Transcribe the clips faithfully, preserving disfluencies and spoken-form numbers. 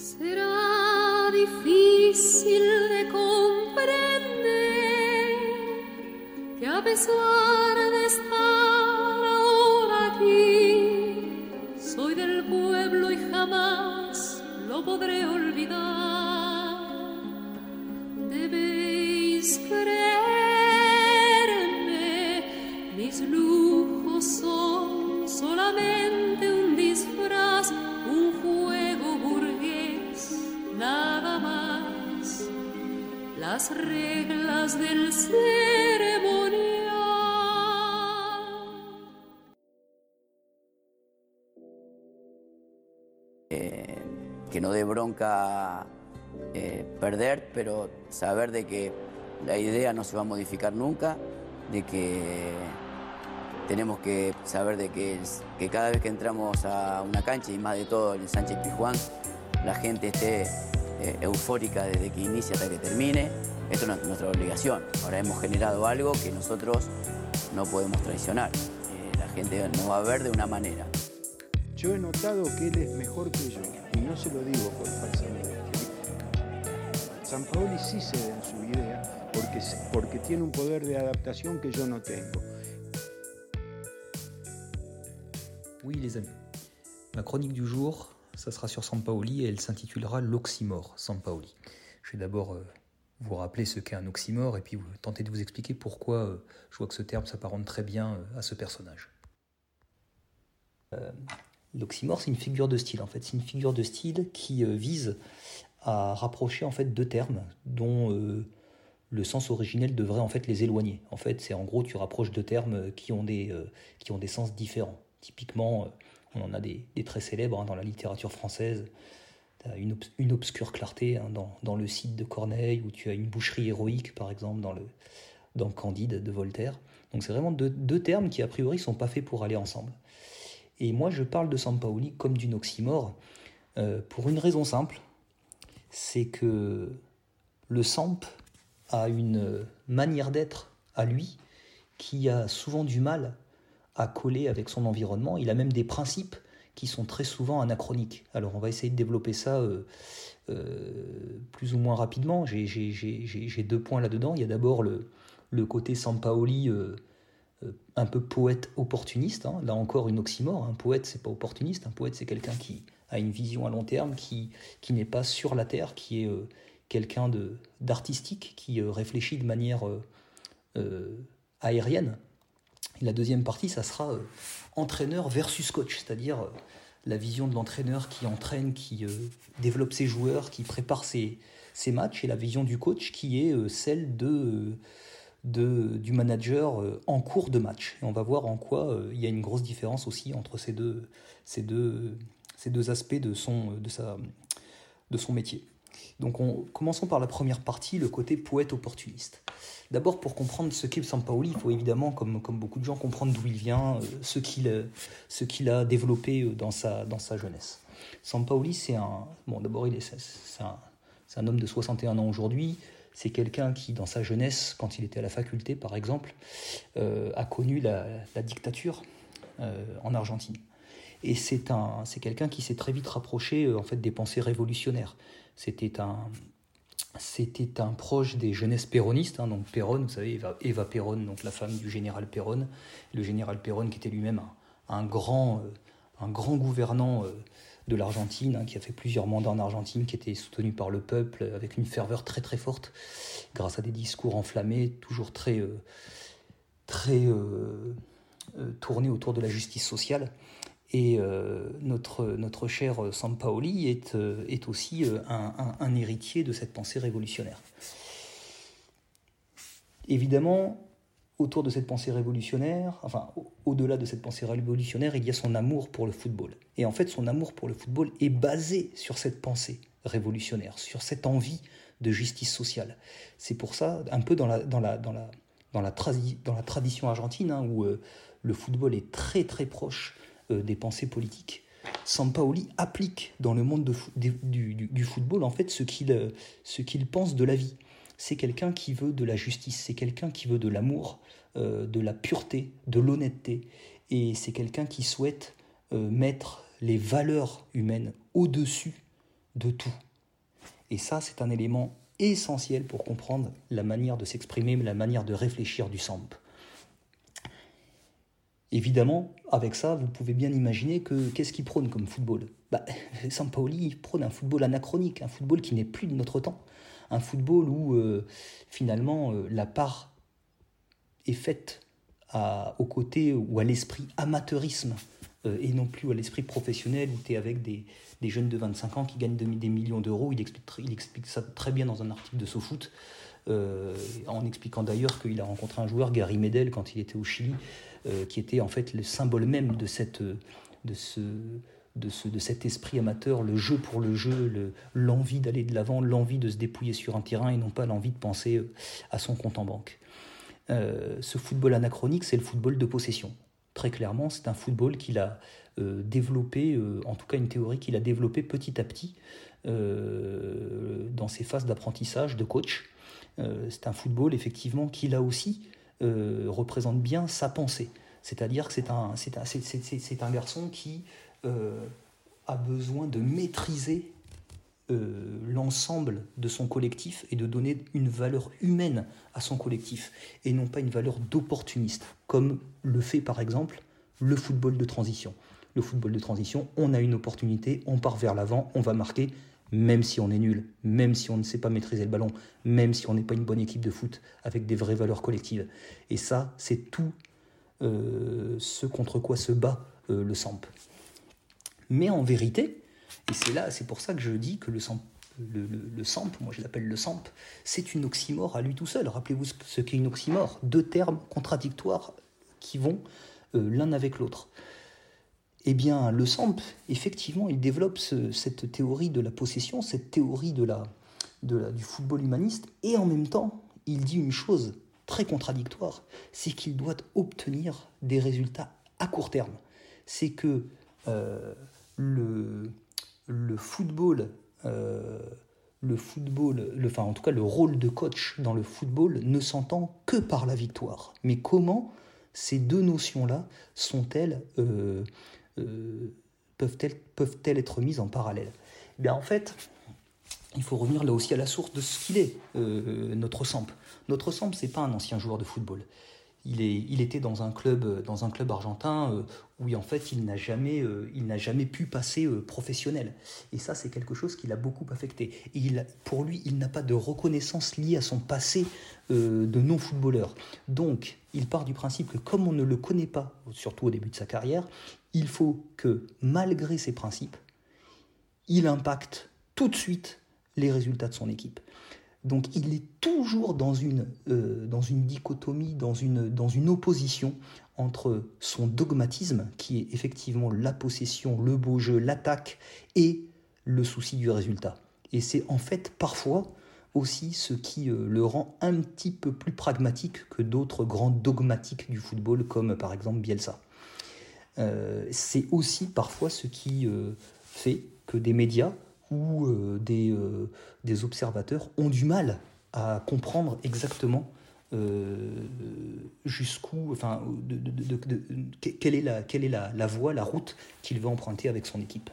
Será difícil de comprender que a pesar de estar ahora aquí, soy del pueblo y jamás lo podré olvidar. Debéis creerme, mis lujos son solamente un disfraz, un juego burgués, nada más. Las reglas del ceremonial. Eh, que no dé bronca eh, perder, pero saber de que la idea no se va a modificar nunca, de que tenemos que saber de que, que cada vez que entramos a una cancha, y más de todo en el Sánchez Pizjuán, la gente esté eh, eufórica desde que inicia hasta que termine. Esto es nuestra obligación. Ahora hemos generado algo que nosotros no podemos traicionar. Eh, la gente nos va a ver de una manera. Yo he notado que él es mejor que yo, y no se lo digo por falsa modestia. Sampaoli sí cede en su idea porque, porque tiene un poder de adaptación que yo no tengo. Oui les amis, ma chronique du jour, ça sera sur Sampaoli et elle s'intitulera l'oxymore Sampaoli. Je vais d'abord euh, vous rappeler ce qu'est un oxymore et puis vous, tenter de vous expliquer pourquoi euh, je vois que ce terme s'apparente très bien euh, à ce personnage. Euh, L'oxymore, c'est une figure de style en fait. C'est une figure de style qui euh, vise à rapprocher en fait deux termes dont euh, le sens originel devrait en fait les éloigner. En fait, c'est en gros tu rapproches deux termes qui ont des euh, qui ont des sens différents. Typiquement, euh, on en a des, des très célèbres hein, dans la littérature française. T'as une, obs- une obscure clarté hein, dans, dans le Cid de Corneille, ou tu as une boucherie héroïque par exemple dans le dans Candide de Voltaire. Donc c'est vraiment deux, deux termes qui a priori sont pas faits pour aller ensemble. Et moi, je parle de Sampaoli comme d'une oxymore euh, pour une raison simple, c'est que le Samp a une manière d'être à lui qui a souvent du mal à coller avec son environnement. Il a même des principes qui sont très souvent anachroniques. Alors, on va essayer de développer ça euh, euh, plus ou moins rapidement. J'ai, j'ai, j'ai, j'ai deux points là-dedans. Il y a d'abord le, le côté Sampaoli euh, un peu poète opportuniste, hein. Là encore une oxymore, un poète c'est pas opportuniste, un poète c'est quelqu'un qui a une vision à long terme, qui, qui n'est pas sur la terre, qui est euh, quelqu'un de, d'artistique, qui euh, réfléchit de manière euh, euh, aérienne. Et la deuxième partie, ça sera euh, entraîneur versus coach, c'est-à-dire euh, la vision de l'entraîneur qui entraîne, qui euh, développe ses joueurs, qui prépare ses, ses matchs, et la vision du coach qui est euh, celle de... Euh, De, du manager euh, en cours de match. Et on va voir en quoi euh, il y a une grosse différence aussi entre ces deux, ces deux, ces deux aspects de son, de, sa, de son métier. Donc on, commençons par la première partie, le côté poète opportuniste. D'abord, pour comprendre ce qu'est Sampaoli, il faut évidemment, comme, comme beaucoup de gens, comprendre d'où il vient, euh, ce, qu'il, ce qu'il a développé dans sa, dans sa jeunesse. Sampaoli, c'est un... Bon, d'abord, il est, c'est, un, c'est un homme de soixante et un ans aujourd'hui. C'est quelqu'un qui, dans sa jeunesse, quand il était à la faculté, par exemple, euh, a connu la, la dictature euh, en Argentine. Et c'est, un, c'est quelqu'un qui s'est très vite rapproché euh, en fait, des pensées révolutionnaires. C'était un, c'était un proche des jeunesses péronistes, hein, donc Perón, vous savez, Eva, Eva Perón, donc la femme du général Perón. Le général Perón qui était lui-même un, un, grand, euh, un grand gouvernant euh, de l'Argentine, hein, qui a fait plusieurs mandats en Argentine, qui était soutenu par le peuple avec une ferveur très très forte, grâce à des discours enflammés, toujours très, euh, très euh, euh, tournés autour de la justice sociale. Et euh, notre, notre cher Sampaoli est, euh, est aussi euh, un, un, un héritier de cette pensée révolutionnaire. Évidemment, autour de cette pensée révolutionnaire, enfin, au-delà de cette pensée révolutionnaire, il y a son amour pour le football. Et en fait, son amour pour le football est basé sur cette pensée révolutionnaire, sur cette envie de justice sociale. C'est pour ça, un peu dans la, dans la, dans la, dans la, tradi- dans la tradition argentine, hein, où euh, le football est très très proche euh, des pensées politiques, Sampaoli applique dans le monde de fo- du, du, du football en fait ce qu'il, euh, ce qu'il pense de la vie. C'est quelqu'un qui veut de la justice, c'est quelqu'un qui veut de l'amour, euh, de la pureté, de l'honnêteté. Et c'est quelqu'un qui souhaite euh, mettre les valeurs humaines au-dessus de tout. Et ça, c'est un élément essentiel pour comprendre la manière de s'exprimer, la manière de réfléchir du Samp. Évidemment, avec ça, vous pouvez bien imaginer que qu'est-ce qu'il prône comme football ? bah, Sampaoli prône un football anachronique, un football qui n'est plus de notre temps, un football où euh, finalement euh, la part est faite à, au côté ou à l'esprit amateurisme euh, et non plus à l'esprit professionnel où tu es avec des, des jeunes de vingt-cinq ans qui gagnent de, des millions d'euros. Il explique, il explique ça très bien dans un article de SoFoot, euh, en expliquant d'ailleurs qu'il a rencontré un joueur, Gary Medel, quand il était au Chili, euh, qui était en fait le symbole même de, cette, de, ce, de, ce, de cet esprit amateur, le jeu pour le jeu, le, l'envie d'aller de l'avant, l'envie de se dépouiller sur un terrain et non pas l'envie de penser à son compte en banque. Euh, ce football anachronique, c'est le football de possession. Très clairement, c'est un football qu'il a euh, développé, euh, en tout cas une théorie qu'il a développée petit à petit euh, dans ses phases d'apprentissage de coach. Euh, c'est un football, effectivement, qui là aussi euh, représente bien sa pensée. C'est-à-dire que c'est un, c'est un, c'est, c'est, c'est un garçon qui euh, a besoin de maîtriser Euh, l'ensemble de son collectif et de donner une valeur humaine à son collectif et non pas une valeur d'opportuniste comme le fait par exemple le football de transition. Le football de transition, on a une opportunité, on part vers l'avant, on va marquer même si on est nul, même si on ne sait pas maîtriser le ballon, même si on n'est pas une bonne équipe de foot avec des vraies valeurs collectives. Et ça, c'est tout euh, ce contre quoi se bat euh, le Samp. Mais en vérité, et c'est là, c'est pour ça que je dis que le Samp, le, le, le Samp, moi je l'appelle le Samp, c'est une oxymore à lui tout seul. Rappelez-vous ce qu'est une oxymore, deux termes contradictoires qui vont euh, l'un avec l'autre. Eh bien, le Samp, effectivement, il développe ce, cette théorie de la possession, cette théorie de la, de la, du football humaniste, et en même temps, il dit une chose très contradictoire, c'est qu'il doit obtenir des résultats à court terme. C'est que euh, le... Le football, euh, le football, le, enfin en tout cas le rôle de coach dans le football ne s'entend que par la victoire. Mais comment ces deux notions-là sont-elles, euh, euh, peuvent-elles, peuvent-elles être mises en parallèle ? Eh bien en fait, il faut revenir là aussi à la source de ce qu'il est, euh, notre Samp. Notre Samp, c'est pas un ancien joueur de football. Il, est, il était dans un club, dans un club argentin euh, où en fait il n'a jamais, euh, il n'a jamais pu passer euh, professionnel. Et ça, c'est quelque chose qui l'a beaucoup affecté. Et il, pour lui, il n'a pas de reconnaissance liée à son passé euh, de non-footballeur. Donc, il part du principe que comme on ne le connaît pas, surtout au début de sa carrière, il faut que, malgré ses principes, il impacte tout de suite les résultats de son équipe. Donc il est toujours dans une, euh, dans une dichotomie, dans une, dans une opposition entre son dogmatisme, qui est effectivement la possession, le beau jeu, l'attaque, et le souci du résultat. Et c'est en fait parfois aussi ce qui euh, le rend un petit peu plus pragmatique que d'autres grands dogmatiques du football, comme par exemple Bielsa. Euh, c'est aussi parfois ce qui euh, fait que des médias où euh, des, euh, des observateurs ont du mal à comprendre exactement euh, jusqu'où, enfin, de, de, de, de, de, quelle est, la, quelle est la, la voie, la route qu'il veut emprunter avec son équipe.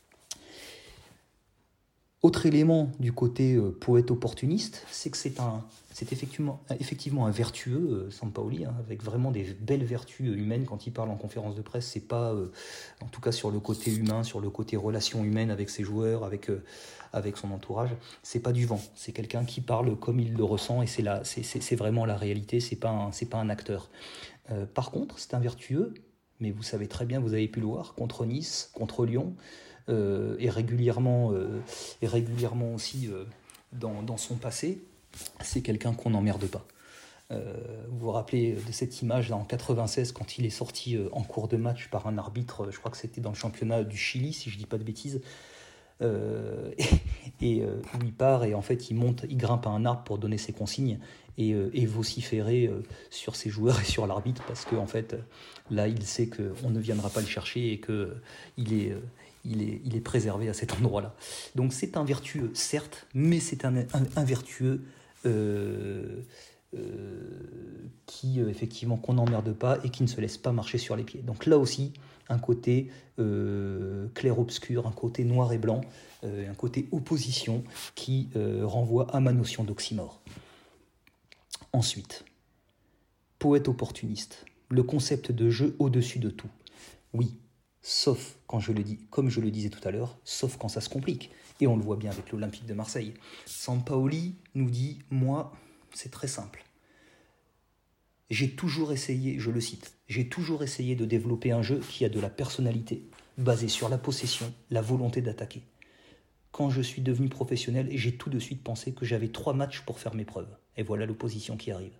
Autre élément du côté euh, poète opportuniste, c'est que c'est, un, c'est effectivement, effectivement un vertueux, euh, Sampaoli, hein, avec vraiment des belles vertus humaines. Quand il parle en conférence de presse, c'est pas, euh, en tout cas sur le côté humain, sur le côté relation humaine avec ses joueurs, avec, euh, avec son entourage, c'est pas du vent. C'est quelqu'un qui parle comme il le ressent et c'est, la, c'est, c'est, c'est vraiment la réalité, c'est pas un, c'est pas un acteur. Euh, par contre, c'est un vertueux, mais vous savez très bien, vous avez pu le voir, contre Nice, contre Lyon, Euh, et, régulièrement, euh, et régulièrement aussi euh, dans, dans son passé, c'est quelqu'un qu'on n'emmerde pas. Euh, vous vous rappelez de cette image là en quatre-vingt-seize quand il est sorti euh, en cours de match par un arbitre, je crois que c'était dans le championnat du Chili si je ne dis pas de bêtises, euh, et, et euh, où il part et en fait il monte, il grimpe à un arbre pour donner ses consignes et, euh, et vociférer euh, sur ses joueurs et sur l'arbitre parce qu'en en fait là il sait qu'on ne viendra pas le chercher et qu'il euh, est... Euh, Il est, il est préservé à cet endroit-là. Donc c'est un vertueux, certes, mais c'est un, un, un vertueux euh, euh, qui euh, effectivement qu'on n'emmerde pas et qui ne se laisse pas marcher sur les pieds. Donc là aussi, un côté euh, clair-obscur, un côté noir et blanc, euh, un côté opposition qui euh, renvoie à ma notion d'oxymore. Ensuite, poète opportuniste, le concept de jeu au-dessus de tout. Oui, sauf quand je le dis, comme je le disais tout à l'heure, sauf quand ça se complique. Et on le voit bien avec l'Olympique de Marseille. Sampaoli nous dit, moi, c'est très simple. J'ai toujours essayé, je le cite, j'ai toujours essayé de développer un jeu qui a de la personnalité, basé sur la possession, la volonté d'attaquer. Quand je suis devenu professionnel, j'ai tout de suite pensé que j'avais trois matchs pour faire mes preuves. Et voilà l'opposition qui arrive.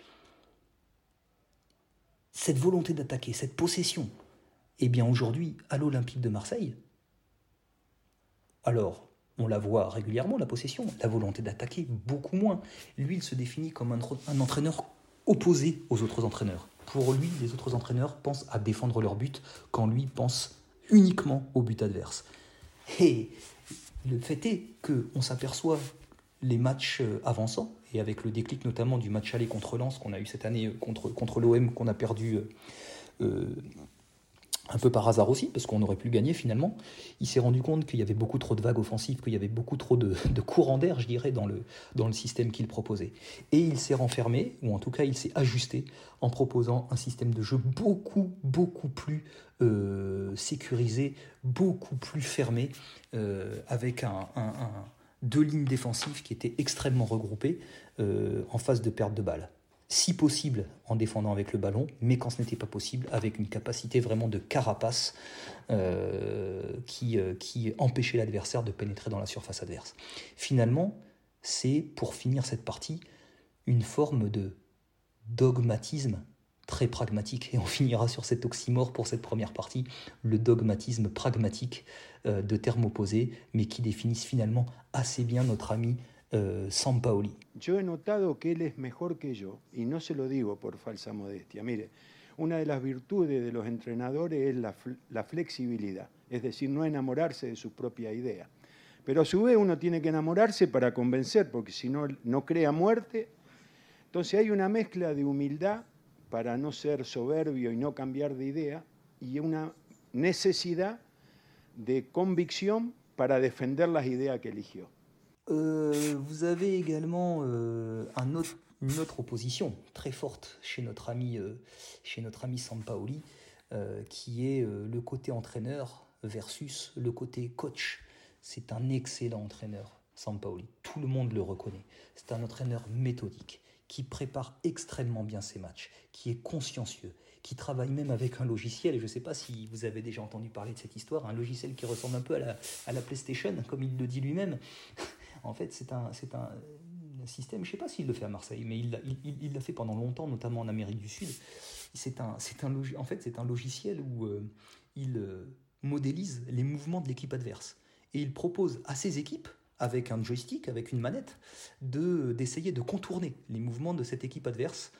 Cette volonté d'attaquer, cette possession, eh bien aujourd'hui, à l'Olympique de Marseille, alors, on la voit régulièrement, la possession, la volonté d'attaquer, beaucoup moins. Lui, il se définit comme un, un entraîneur opposé aux autres entraîneurs. Pour lui, les autres entraîneurs pensent à défendre leur but, quand lui pense uniquement au but adverse. Et le fait est qu'on s'aperçoit les matchs avançant, et avec le déclic notamment du match aller contre Lens qu'on a eu cette année contre, contre l'O M, qu'on a perdu euh, un peu par hasard aussi, parce qu'on aurait pu gagner finalement, il s'est rendu compte qu'il y avait beaucoup trop de vagues offensives, qu'il y avait beaucoup trop de, de courants d'air, je dirais, dans le, dans le système qu'il proposait. Et il s'est renfermé, ou en tout cas il s'est ajusté, en proposant un système de jeu beaucoup, beaucoup plus euh, sécurisé, beaucoup plus fermé, euh, avec un, un, un, deux lignes défensives qui étaient extrêmement regroupées euh, en phase de perte de balle. Si possible en défendant avec le ballon, mais quand ce n'était pas possible, avec une capacité vraiment de carapace euh, qui, euh, qui empêchait l'adversaire de pénétrer dans la surface adverse. Finalement, c'est, pour finir cette partie, une forme de dogmatisme très pragmatique. Et on finira sur cet oxymore pour cette première partie, le dogmatisme pragmatique euh, de termes opposés, mais qui définissent finalement assez bien notre ami Uh, Sampaoli. Yo he notado que él es mejor que yo, y no se lo digo por falsa modestia. Mire, una de las virtudes de los entrenadores es la, la flexibilidad, es decir, no enamorarse de su propia idea. Pero a su vez uno tiene que enamorarse para convencer, porque si no, no crea muerte. Entonces hay una mezcla de humildad para no ser soberbio y no cambiar de idea, y una necesidad de convicción para defender las ideas que eligió. Euh, vous avez également euh, un autre, une autre opposition très forte chez notre ami, euh, chez notre ami Sampaoli, euh, qui est euh, le côté entraîneur versus le côté coach. C'est un excellent entraîneur, Sampaoli. Tout le monde le reconnaît. C'est un entraîneur méthodique, qui prépare extrêmement bien ses matchs, qui est consciencieux, qui travaille même avec un logiciel, et je ne sais pas si vous avez déjà entendu parler de cette histoire, un logiciel qui ressemble un peu à la, à la PlayStation, comme il le dit lui-même. En fait, c'est un, c'est un système, je ne sais pas s'il le fait à Marseille, mais il l'a, il, il l'a fait pendant longtemps, notamment en Amérique du Sud. C'est un, c'est un, en fait, c'est un logiciel où euh, il euh, modélise les mouvements de l'équipe adverse. Et il propose à ses équipes, avec un joystick, avec une manette, de, d'essayer de contourner les mouvements de cette équipe adverse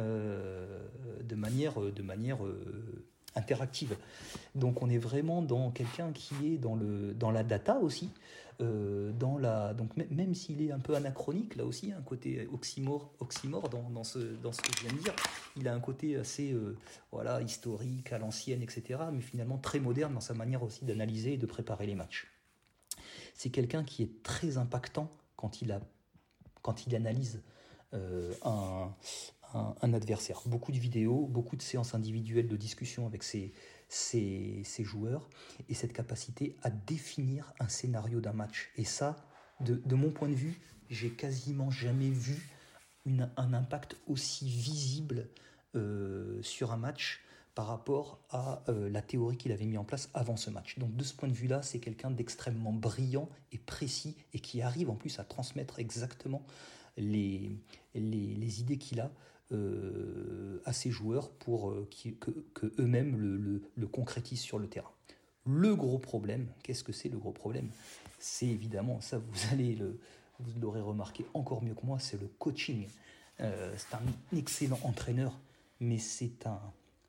euh, de manière, de manière euh, interactive. Donc on est vraiment dans quelqu'un qui est dans, le, dans la data aussi, euh, dans la, donc m- même s'il est un peu anachronique, là aussi, un côté oxymore, oxymore dans, dans, ce, dans ce que je viens de dire, il a un côté assez euh, voilà, historique, à l'ancienne, et cetera, mais finalement très moderne dans sa manière aussi d'analyser et de préparer les matchs. C'est quelqu'un qui est très impactant quand il, a, quand il analyse euh, un, un, un adversaire. Beaucoup de vidéos, beaucoup de séances individuelles de discussion avec ses, ses, ses joueurs, et cette capacité à définir un scénario d'un match. Et ça, de, de mon point de vue, j'ai quasiment jamais vu une, un impact aussi visible euh, sur un match par rapport à euh, la théorie qu'il avait mis en place avant ce match. Donc de ce point de vue-là, c'est quelqu'un d'extrêmement brillant et précis, et qui arrive en plus à transmettre exactement les, les, les idées qu'il a euh, à ses joueurs pour euh, qui, que, que eux-mêmes le, le, le concrétisent sur le terrain. Le gros problème, qu'est-ce que c'est le gros problème ? C'est évidemment, ça vous allez le, vous l'aurez remarqué encore mieux que moi, c'est le coaching. Euh, c'est un excellent entraîneur, mais c'est un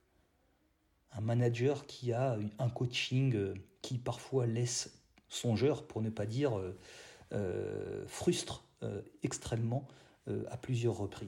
un manager qui a un coaching qui parfois laisse songeur, pour ne pas dire euh, euh, frustre euh, extrêmement euh, à plusieurs reprises.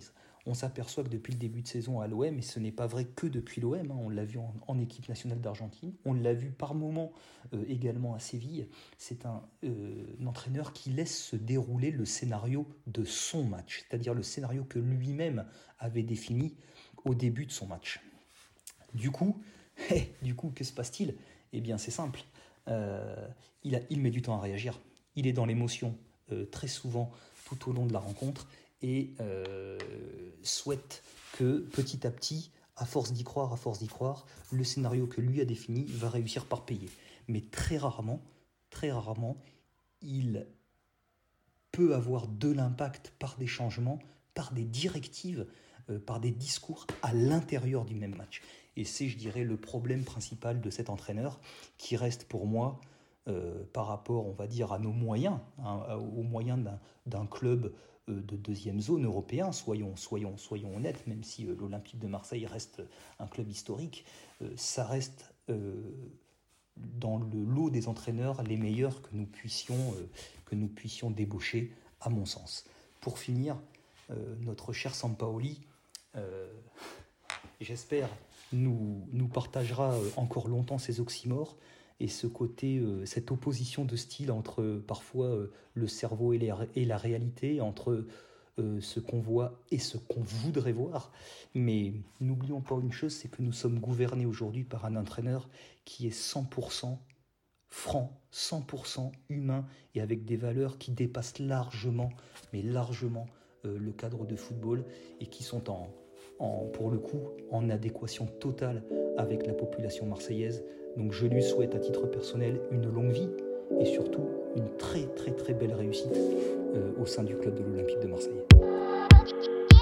on s'aperçoit que depuis le début de saison à l'O M, et ce n'est pas vrai que depuis l'O M, hein, on l'a vu en, en équipe nationale d'Argentine, on l'a vu par moments euh, également à Séville, c'est un, euh, un entraîneur qui laisse se dérouler le scénario de son match, c'est-à-dire le scénario que lui-même avait défini au début de son match. Du coup, hey, du coup que se passe-t-il ? Eh bien c'est simple, euh, il, a, il met du temps à réagir, il est dans l'émotion euh, très souvent tout au long de la rencontre, et euh, souhaite que petit à petit, à force d'y croire, à force d'y croire, le scénario que lui a défini va réussir par payer. Mais très rarement, très rarement, il peut avoir de l'impact par des changements, par des directives, euh, par des discours à l'intérieur du même match. Et c'est, je dirais, le problème principal de cet entraîneur qui reste pour moi, euh, par rapport, on va dire, à nos moyens, hein, aux moyens d'un, d'un club de deuxième zone européen, soyons, soyons, soyons honnêtes, même si euh, l'Olympique de Marseille reste un club historique, euh, ça reste euh, dans le lot des entraîneurs les meilleurs que nous puissions, euh, que nous puissions débaucher, à mon sens. Pour finir, euh, notre cher Sampaoli, euh, j'espère, nous, nous partagera encore longtemps ces oxymores, et ce côté, euh, cette opposition de style entre euh, parfois euh, le cerveau et, les, et la réalité, entre euh, ce qu'on voit et ce qu'on voudrait voir. Mais n'oublions pas une chose, c'est que nous sommes gouvernés aujourd'hui par un entraîneur qui est cent pour cent franc, cent pour cent humain, et avec des valeurs qui dépassent largement, mais largement, euh, le cadre de football, et qui sont en, en, pour le coup en adéquation totale avec la population marseillaise. Donc je lui souhaite à titre personnel une longue vie et surtout une très très très belle réussite euh, au sein du club de l'Olympique de Marseille.